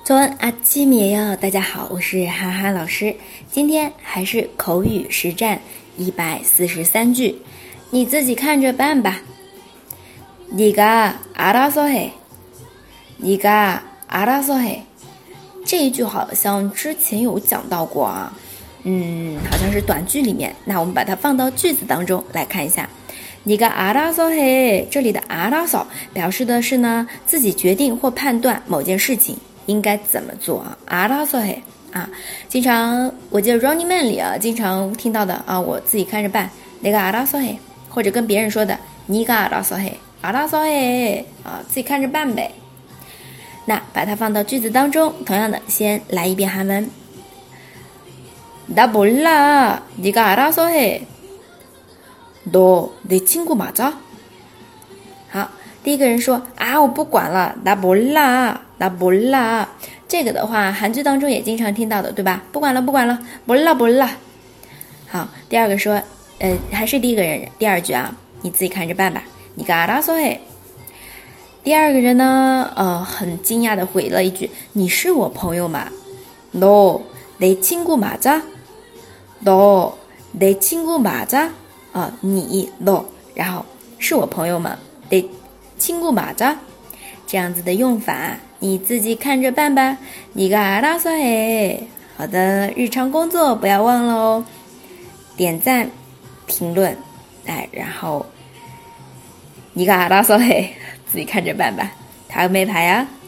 좋은 아침이에요，大家好，我是哈哈老师。今天还是口语实战143句，你自己看着办吧。네가알아서해，네가알아서해。这一句好像之前有讲到过啊，好像是短句里面。那我们把它放到句子当中来看一下。네가알아서해，这里的알아서表示的是呢自己决定或判断某件事情应该怎么做啊。알아서해啊，经常我记得 Running Man 里啊，经常听到的啊，我自己看着办。네가알아서해，或者跟别人说的네가알아서해，알아서해啊，自己看着办呗。那把它放到句子当中，同样的先来一遍韩文。나몰라，네가알아서해。너 내 친구 맞아？好，第一个人说啊，我不管了，나몰라。这个的话，韩剧当中也经常听到的，对吧？不管了，몰라。好，第二个说，还是第一个人，第二句啊，你自己看着办吧。네가알아서해。第二个人呢，很惊讶的回了一句：“你是我朋友吗？” No， 내 친구 맞아？No， 내 친구 맞아？你 no， 然后是我朋友吗？ 내 친구 맞아？ 这样子的用法，你自己看着办吧。네가알아서해。好的，日常工作不要忘了哦，点赞、评论，然后네가알아서해。自己看着办吧。다음에 봐요。